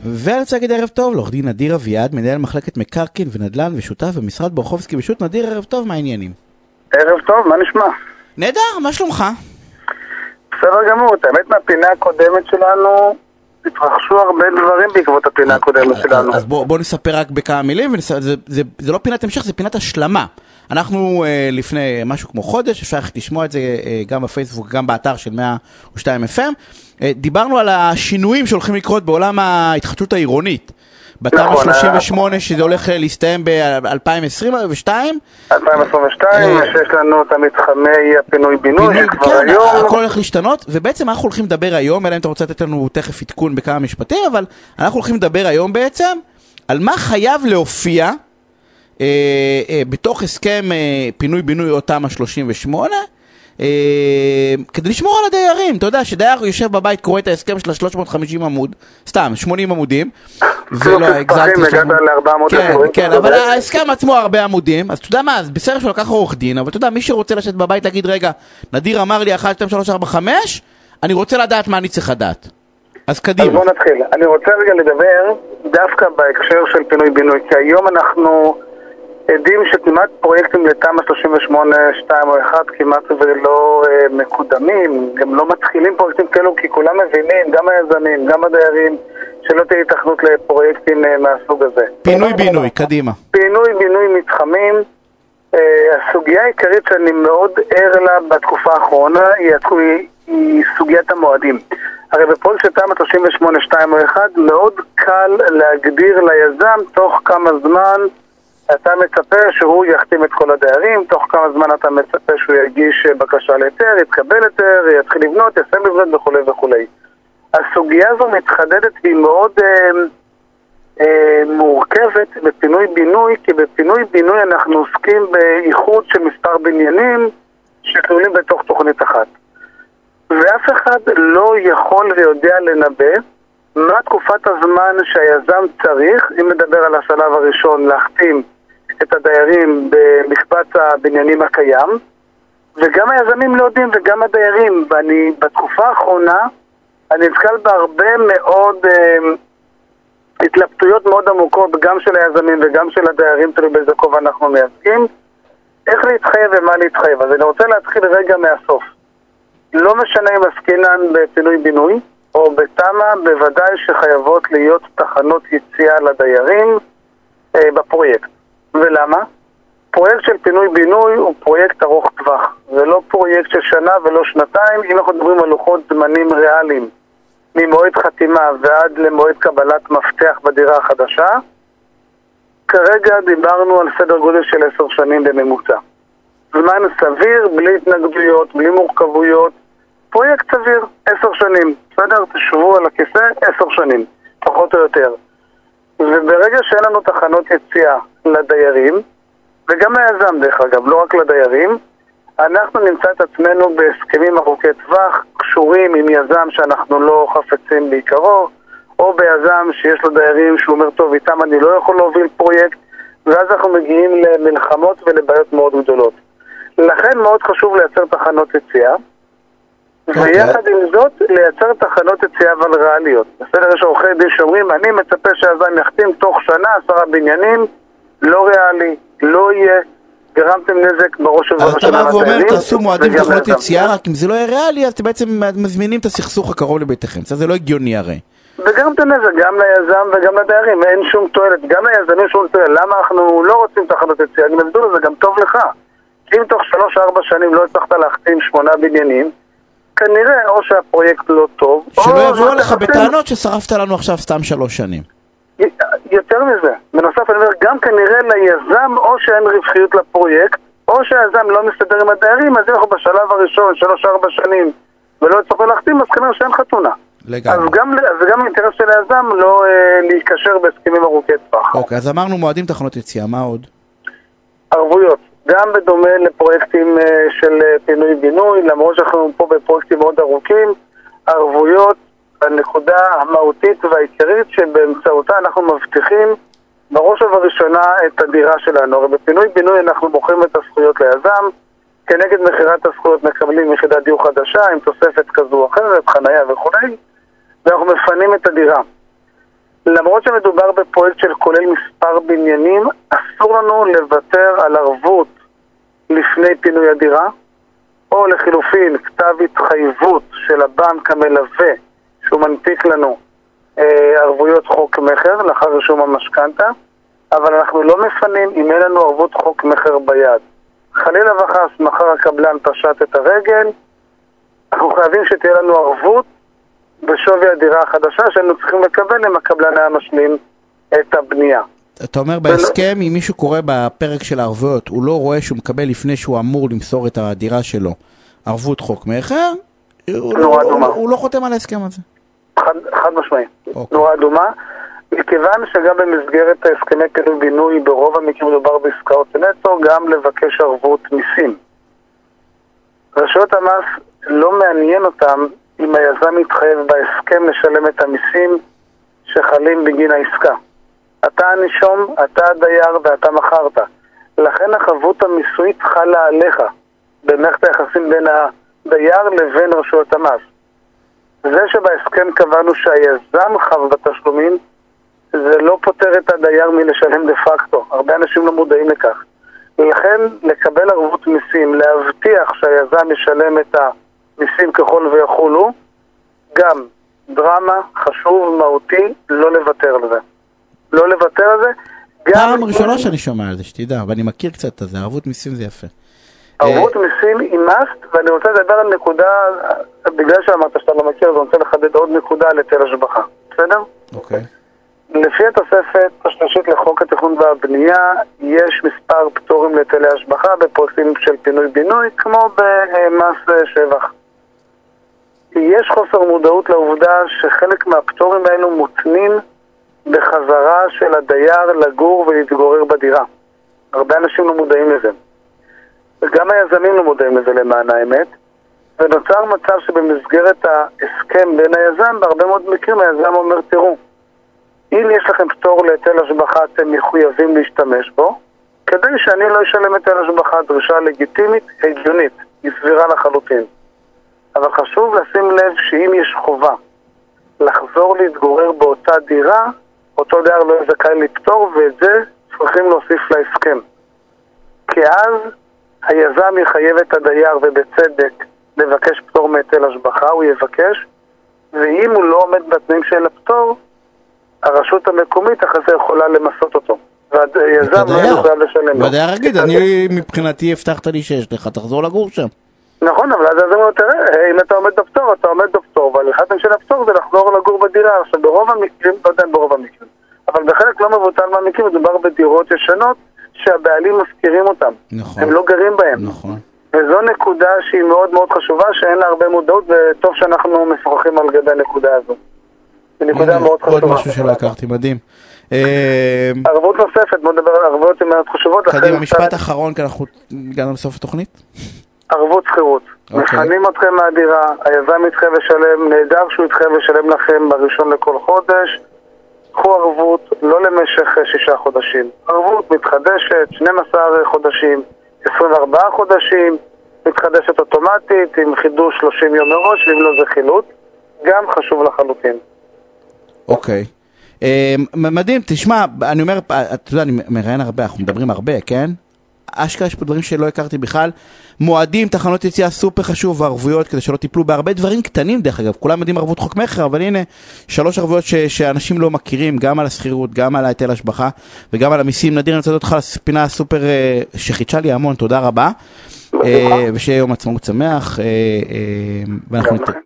ואני רוצה להגיד ערב טוב לעורך דין נדיר אביעד, מנהל מחלקת מקרקעין ונדל"ן ושותף במשרד בורחובסקי בשו"ת. נדיר, ערב טוב, מה העניינים? ערב טוב, מה נשמע? נהדר, מה שלומך? בסדר גמור, האמת מהפינה הקודמת שלנו התרחשו הרבה דברים בעקבות הפינה הקודמת שלנו. אז בוא נספר רק בכמה מילים, זה לא פינת המשך, זה פינת השלמה. אנחנו לפני משהו כמו חודש, אפשר לשמוע את זה גם בפייסבוק, גם באתר של 102 FM, דיברנו על השינויים שהולכים לקרות בעולם ההתחדשות העירונית. בתמ"א 38 שזה הולך להסתיים ב-2022. 2022, שיש לנו את המתחמי הפינוי-בינוי, שכבר היום. הכל הולך להשתנות, ובעצם אנחנו הולכים לדבר היום, אלא אם אתה רוצה לתת לנו תכף עדכון בכמה משפטים, אבל אנחנו הולכים לדבר היום בעצם על מה חייב להופיע בתוך הסכם פינוי-בינוי או תמ"א 38, כדי לשמור על הדיירים. אתה יודע שדייר יושב בבית, קורא את ההסכם של 350 עמוד, סתם 80 עמודים, ולא הגזלתי, הגעת ל-400 כן, אבל ההסכם עצמו הרבה עמודים. אז אתה יודע מה, אז בסדר שלו לקח עורך דין, אבל אתה יודע, מי שרוצה לשבת בבית להגיד, רגע, נדיר אמר לי 1, 2, 3, 4, 5, אני רוצה לדעת מה אני צריך לדעת. אז קדימה. אז בוא נתחיל. אני רוצה רגע לדבר דווקא בהקשר של פינוי-בינוי, כי היום אנחנו עדים שכמעט פרויקטים לתמ"א 38, 2 או 1 כמעט ולא מקודמים, גם לא מתחילים פרויקטים כאלו, כי כולם מבינים, גם היזמים, גם הדיירים, שלא תהיה התכנות לפרויקטים מהסוג הזה. פינוי-בינוי, קדימה. פינוי-בינוי מתחמים, הסוגיה העיקרית שאני מאוד ער לה בתקופה האחרונה היא סוגיית המועדים. הרי בפרויקט של תמ"א 38, 2 או 1 מאוד קל להגדיר ליזם תוך כמה זמן אתה מצפה שהוא יחתים את כל הדיירים, תוך כמה זמן אתה מצפה שהוא יגיש בקשה להיתר, יתקבל היתר, יתחיל לבנות, יסיים לבנות וכו' וכו'. הסוגיה הזו מתחדדת והיא מאוד מורכבת בפינוי-בינוי, כי בפינוי-בינוי אנחנו עוסקים באיחוד של מספר בניינים שכלולים בתוך תוכנית אחת. ואף אחד לא יכול ויודע לנבא מה תקופת הזמן שהיזם צריך, אם מדבר על השלב הראשון, להחתים את הדיירים במקבץ הבניינים הקיים, וגם היזמים לא יודעים וגם הדיירים. ואני בתקופה האחרונה אני נתקל בהרבה מאוד התלבטויות מאוד עמוקות, גם של היזמים וגם של הדיירים, תלוי באיזה כובע אנחנו מייצגים, איך להתחייב ומה להתחייב. אז אני רוצה להתחיל רגע מהסוף. לא משנה אם עסקינן בפינוי-בינוי או בתמ"א, בוודאי שחייבות להיות תחנות יציאה לדיירים בפרויקט. ולמה? פרויקט של פינוי-בינוי הוא פרויקט ארוך טווח. זה לא פרויקט של שנה ולא שנתיים. אם אנחנו מדברים על לוחות זמנים ריאליים, ממועד חתימה ועד למועד קבלת מפתח בדירה החדשה, כרגע דיברנו על סדר גודל של 10 שנים בממוצע. זמן סביר, בלי התנגדויות, בלי מורכבויות, פרויקט סביר, 10 שנים. בסדר? תשבו על הכיסא, 10 שנים, פחות או יותר. וברגע שאין לנו תחנות יציאה לדיירים, וגם ליזם דרך אגב, לא רק לדיירים, אנחנו נמצא את עצמנו בהסכמים ארוכי טווח, קשורים עם יזם שאנחנו לא חפצים בעיקרו, או ביזם שיש לו דיירים שהוא אומר, טוב, איתם אני לא יכול להוביל פרויקט, ואז אנחנו מגיעים למלחמות ולבעיות מאוד גדולות. לכן מאוד חשוב לייצר תחנות יציאה, ויחד עם זאת לייצר תחנות יציאה אבל ריאליות. בסדר, יש עורכי דין שאומרים, אני מצפה שהיזם יחתים תוך שנה 10 בניינים, לא ריאלי, לא יהיה, גרמתם נזק בראש ובראשונה. אז אתה בא ואומר, תעשו מועדים תחנות יציאה, רק אם זה לא יהיה ריאלי, אז אתם בעצם מזמינים את הסכסוך הקרוב לביתכם. זה לא הגיוני הרי. וגרמתם נזק גם ליזם וגם לדיירים, אין שום תועלת. גם ליזמים שום תועלת. למה אנחנו לא רוצים תחנות יציאה? אני מסביר לזה, גם טוב לך. כי אם תוך 3-4 שנים לא הצלחת להחתים 8 בניינים, כנראה או שהפרויקט לא טוב, שלא יבואו לך בטענות ששרפת לנו עכשיו סתם 3 שנים. יותר מזה, בנוסף אני אומר, גם כנראה ליזם או שאין רווחיות לפרויקט, או שהיזם לא מסתדר עם הדיירים, אז אנחנו בשלב הראשון 3-4 שנים ולא יצטרכו להחתים, אז כנראה שאין חתונה. אז גם האינטרס של היזם לא להיקשר בהסכמים ארוכי טווח. אוקיי, אז אמרנו מועדים תחנות יציאה, מה עוד? ערבויות, גם בדומה לפרויקטים של פינוי-בינוי, למרות שאנחנו פה בפרויקטים מאוד ארוכים, ערבויות, הנקודה המהותית והעיקרית שבאמצעותה אנחנו מבטיחים בראש ובראשונה את הדירה שלנו. הרי בפינוי-בינוי אנחנו מוכרים את הזכויות ליזם, כנגד מחירת הזכויות מקבלים יחידת דיור חדשה עם תוספת כזו או אחרת, חנייה וכו', ואנחנו מפנים את הדירה. למרות שמדובר בפרויקט של כולל מספר בניינים, אסור לנו לוותר על ערבות לפני פינוי הדירה, או לחילופין כתב התחייבות של הבנק המלווה שהוא מנפיק לנו ערבויות חוק מחר לאחר רישום המשכנתא, אבל אנחנו לא מפנים אם אין לנו ערבות חוק מחר ביד. חלילה וחס מחר הקבלן פשט את הרגל, אנחנו חייבים שתהיה לנו ערבות בשווי הדירה החדשה שהיינו צריכים לקבל אם הקבלן היה משלים את הבנייה. אתה אומר בהסכם, אם מישהו קורא בפרק של הערבויות, הוא לא רואה שהוא מקבל לפני שהוא אמור למסור את הדירה שלו ערבות חוק מחר, הוא לא חותם על ההסכם הזה. חד משמעי. נורא אדומה. מכיוון שגם במסגרת הסכמי פינוי בינוי ברוב המקרים מדובר בעסקאות נטו, גם לבקש ערבות מיסים. רשויות המס לא מעניין אותם אם היזם מתחייב בהסכם לשלם את המיסים שחלים בגין העסקה. אתה הנישום, אתה הדייר ואתה מכרת. לכן החבות המיסויית חלה עליך במערכת היחסים בין הדייר לבין רשויות המס. זה שבהסכם קבענו שהיזם חב בתשלומים, זה לא פותר את הדייר מלשלם דה פקטו. הרבה אנשים לא מודעים לכך. ולכן לקבל ערבות מיסים, להבטיח שהיזם ישלם את המיסים ככל ויכולו, גם דרמה, חשוב, מהותי, לא לוותר על זה. לא לוותר על זה. פעם ראשונה שאני שומע על זה, שתדע, ואני מכיר קצת את זה, ערבות מיסים זה יפה. ערבות מיסים היא must, ואני רוצה לדבר על נקודה, בגלל שאמרת שאתה לא מכיר, אז אני רוצה לחדד עוד נקודה על היטל השבחה. בסדר? אוקיי. לפי התוספת השלישית לחוק התכנון והבנייה, יש מספר פטורים להיטלי השבחה בפרויקטים של פינוי-בינוי, כמו במס שבח. יש חוסר מודעות לעובדה שחלק מהפטורים האלו מותנים בחזרה של הדייר לגור ולהתגורר בדירה. הרבה אנשים לא מודעים לזה. וגם היזמים לא מודעים לזה למען האמת. ונוצר מצב שבמסגרת ההסכם בין היזם, בהרבה מאוד מקרים היזם אומר, תראו, אם יש לכם פטור להיטל השבחה, אתם מחויבים להשתמש בו, כדי שאני לא אשלם היטל השבחה, דרישה לגיטימית, הגיונית, היא סבירה לחלוטין. אבל חשוב לשים לב שאם יש חובה לחזור להתגורר באותה דירה, אותו דייר לא זכאי לפטור, ואת זה צריכים להוסיף להסכם. כי אז היזם יחייב את הדייר ובצדק לבקש פטור מהיטל השבחה, הוא יבקש, ואם הוא לא עומד בתנאים של הפטור, הרשות המקומית אחרי זה יכולה למסות אותו. והיזם לא יוכל לשלם. והדייר רגיד, אני מבחינתי הבטחת לי שיש לך, תחזור לגור שם. נכון, אבל אז היזם אומר, תראה, אם אתה עומד בפטור, אתה עומד בפטור, אבל אחד של הפטור זה לחזור לגור בדירה. עכשיו ברוב המקרים, לא יודע ברוב המקרים, אבל בחלק לא מבוטל מהמקרים, מדובר בדירות ישנות שהבעלים מזכירים אותם. נכון. הם לא גרים בהם. נכון. וזו נקודה שהיא מאוד מאוד חשובה, שאין לה הרבה מודעות, וטוב שאנחנו משוחחים על גבי הנקודה הזו. זו נקודה מאוד חשובה. עוד משהו שלא הכרתי, מדהים. ערבות נוספת, בוא נדבר על ערבויות מאוד חשובות. קדימה, משפט אחרון, כי אנחנו הגענו לסוף התוכנית. ערבות שכירות. מפנים אתכם מהדירה, היזם יתחייב לשלם, נהדר שהוא יתחייב לשלם לכם בראשון לכל חודש. קחו ערבות, לא למשך 6 חודשים. ערבות מתחדשת, 12 חודשים, 24 חודשים, מתחדשת אוטומטית, עם חידוש 30 יום מראש, ואם לא זה חילוט. גם חשוב לחלוטין. אוקיי. מדהים, תשמע, אני אומר, אתה יודע, אני מראיין הרבה, אנחנו מדברים הרבה, כן? אשכרה יש פה דברים שלא הכרתי בכלל. מועדים, תחנות יציאה סופר חשוב, וערבויות כדי שלא טיפלו בהרבה דברים קטנים, דרך אגב, כולם יודעים ערבות חוק מחר, אבל הנה 3 ערבויות שאנשים לא מכירים, גם על השכירות, גם על היטל השבחה, וגם על המיסים. נדיר, אני רוצה לדעת אותך לפינה סופר שחידשה לי המון, תודה רבה, ושיהיה יום עצמאות שמח, ואנחנו